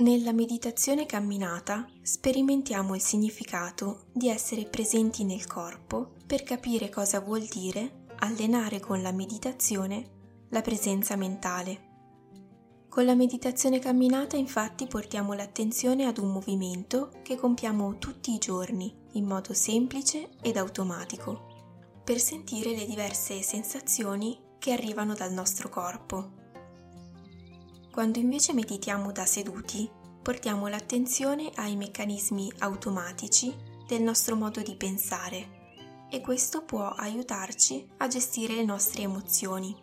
Nella meditazione camminata sperimentiamo il significato di essere presenti nel corpo per capire cosa vuol dire allenare con la meditazione la presenza mentale. Con la meditazione camminata infatti portiamo l'attenzione ad un movimento che compiamo tutti i giorni in modo semplice ed automatico per sentire le diverse sensazioni che arrivano dal nostro corpo. Quando invece meditiamo da seduti, portiamo l'attenzione ai meccanismi automatici del nostro modo di pensare e questo può aiutarci a gestire le nostre emozioni.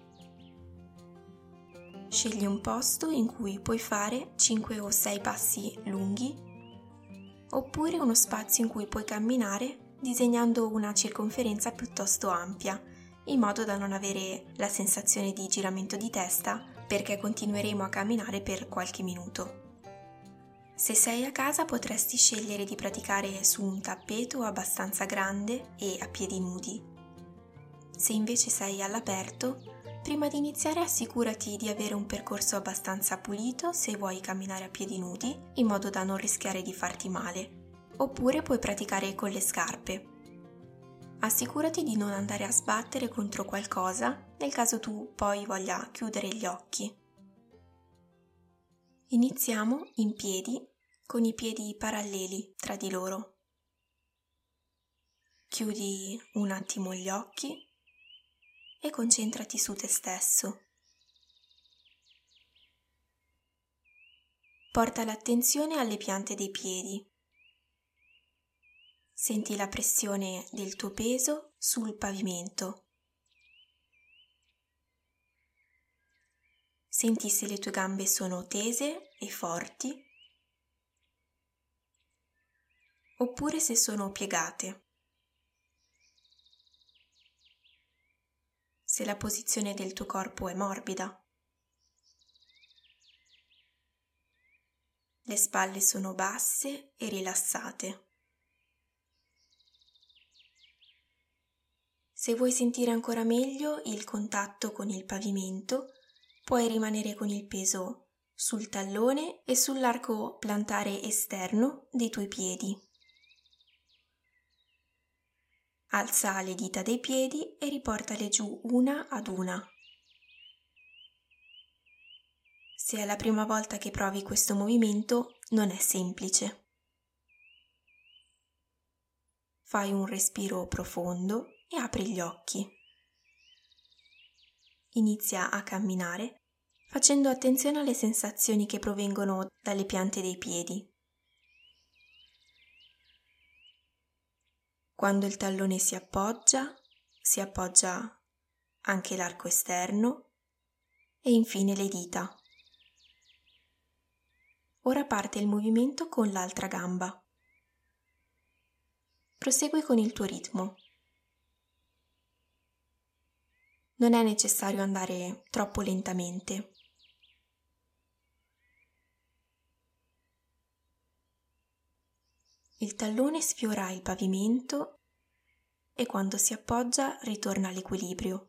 Scegli un posto in cui puoi fare 5 o 6 passi lunghi oppure uno spazio in cui puoi camminare disegnando una circonferenza piuttosto ampia, in modo da non avere la sensazione di giramento di testa perché continueremo a camminare per qualche minuto. Se sei a casa potresti scegliere di praticare su un tappeto abbastanza grande e a piedi nudi. Se invece sei all'aperto, prima di iniziare assicurati di avere un percorso abbastanza pulito se vuoi camminare a piedi nudi, in modo da non rischiare di farti male, oppure puoi praticare con le scarpe. Assicurati di non andare a sbattere contro qualcosa nel caso tu poi voglia chiudere gli occhi. Iniziamo in piedi con i piedi paralleli tra di loro. Chiudi un attimo gli occhi e concentrati su te stesso. Porta l'attenzione alle piante dei piedi. Senti la pressione del tuo peso sul pavimento. Senti se le tue gambe sono tese e forti oppure se sono piegate. Se la posizione del tuo corpo è morbida. Le spalle sono basse e rilassate. Se vuoi sentire ancora meglio il contatto con il pavimento, puoi rimanere con il peso sul tallone e sull'arco plantare esterno dei tuoi piedi. Alza le dita dei piedi e riportale giù una ad una. Se è la prima volta che provi questo movimento, non è semplice. Fai un respiro profondo e apri gli occhi. Inizia a camminare facendo attenzione alle sensazioni che provengono dalle piante dei piedi. Quando il tallone si appoggia anche l'arco esterno e infine le dita. Ora parte il movimento con l'altra gamba. Prosegui con il tuo ritmo. Non è necessario andare troppo lentamente. Il tallone sfiora il pavimento e quando si appoggia ritorna all'equilibrio.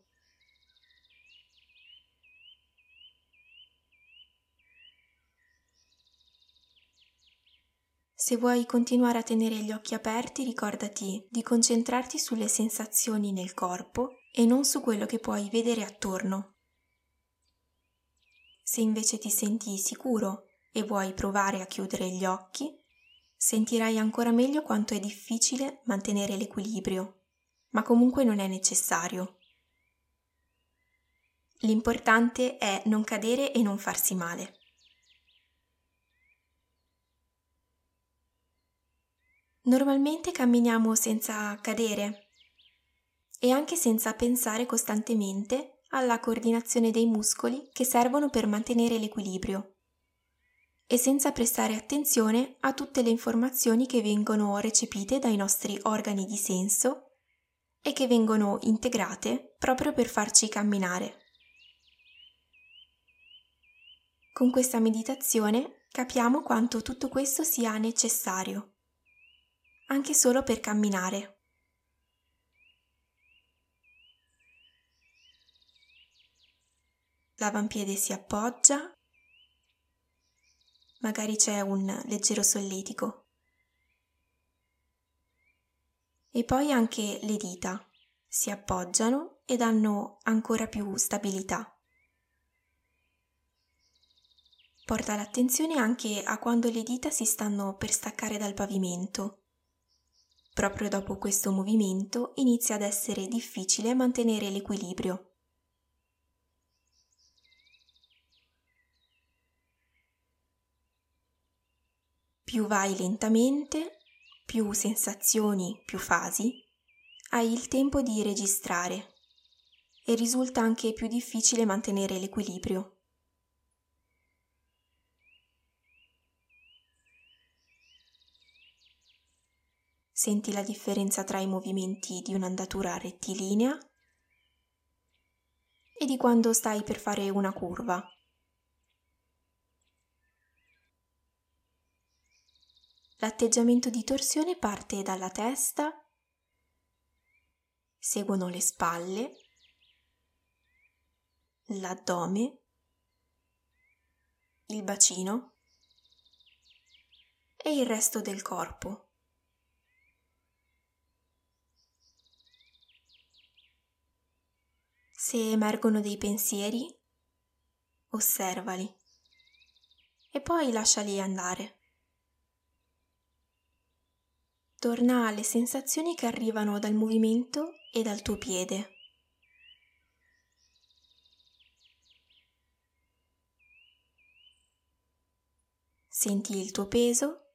Se vuoi continuare a tenere gli occhi aperti, ricordati di concentrarti sulle sensazioni nel corpo e non su quello che puoi vedere attorno. Se invece ti senti sicuro e vuoi provare a chiudere gli occhi, sentirai ancora meglio quanto è difficile mantenere l'equilibrio, ma comunque non è necessario. L'importante è non cadere e non farsi male. Normalmente camminiamo senza cadere e anche senza pensare costantemente alla coordinazione dei muscoli che servono per mantenere l'equilibrio e senza prestare attenzione a tutte le informazioni che vengono recepite dai nostri organi di senso e che vengono integrate proprio per farci camminare. Con questa meditazione capiamo quanto tutto questo sia necessario, anche solo per camminare. L'avampiede si appoggia, magari c'è un leggero solletico. E poi anche le dita si appoggiano e danno ancora più stabilità. Porta l'attenzione anche a quando le dita si stanno per staccare dal pavimento. Proprio dopo questo movimento inizia ad essere difficile mantenere l'equilibrio. Più vai lentamente, più sensazioni, più fasi, hai il tempo di registrare e risulta anche più difficile mantenere l'equilibrio. Senti la differenza tra i movimenti di un'andatura rettilinea e di quando stai per fare una curva. L'atteggiamento di torsione parte dalla testa, seguono le spalle, l'addome, il bacino e il resto del corpo. Se emergono dei pensieri, osservali e poi lasciali andare. Torna alle sensazioni che arrivano dal movimento e dal tuo piede. Senti il tuo peso,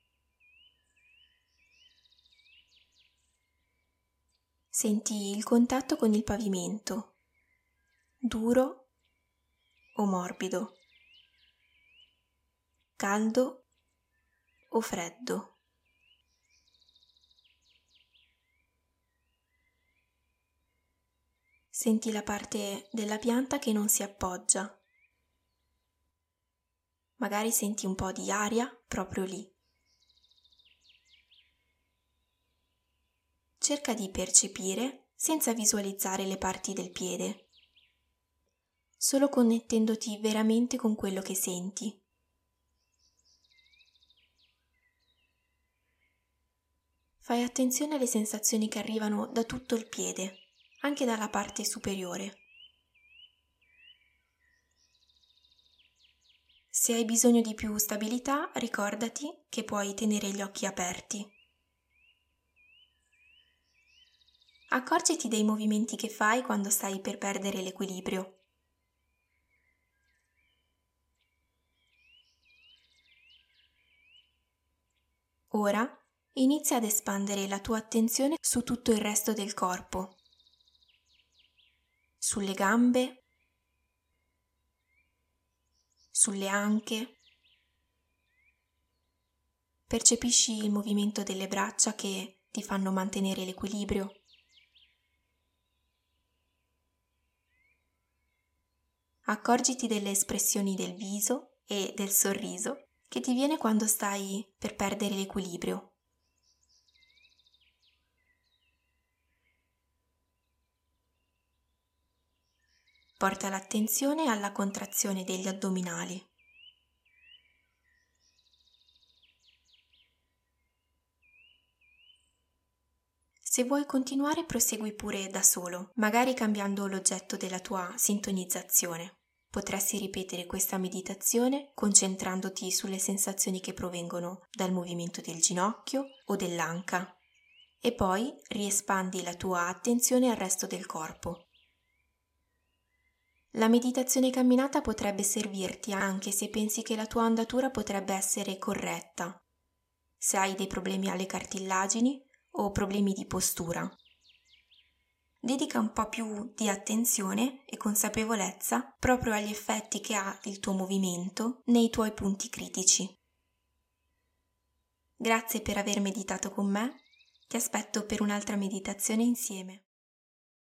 senti il contatto con il pavimento, duro o morbido, caldo o freddo. Senti la parte della pianta che non si appoggia. Magari senti un po' di aria proprio lì. Cerca di percepire senza visualizzare le parti del piede, solo connettendoti veramente con quello che senti. Fai attenzione alle sensazioni che arrivano da tutto il piede, anche dalla parte superiore. Se hai bisogno di più stabilità, ricordati che puoi tenere gli occhi aperti. Accorgiti dei movimenti che fai quando stai per perdere l'equilibrio. Ora inizia ad espandere la tua attenzione su tutto il resto del corpo, sulle gambe, sulle anche. Percepisci il movimento delle braccia che ti fanno mantenere l'equilibrio. Accorgiti delle espressioni del viso e del sorriso che ti viene quando stai per perdere l'equilibrio. Porta l'attenzione alla contrazione degli addominali. Se vuoi continuare, prosegui pure da solo, magari cambiando l'oggetto della tua sintonizzazione. Potresti ripetere questa meditazione concentrandoti sulle sensazioni che provengono dal movimento del ginocchio o dell'anca e poi riespandi la tua attenzione al resto del corpo. La meditazione camminata potrebbe servirti anche se pensi che la tua andatura potrebbe essere corretta, se hai dei problemi alle cartilagini o problemi di postura. Dedica un po' più di attenzione e consapevolezza proprio agli effetti che ha il tuo movimento nei tuoi punti critici. Grazie per aver meditato con me, ti aspetto per un'altra meditazione insieme.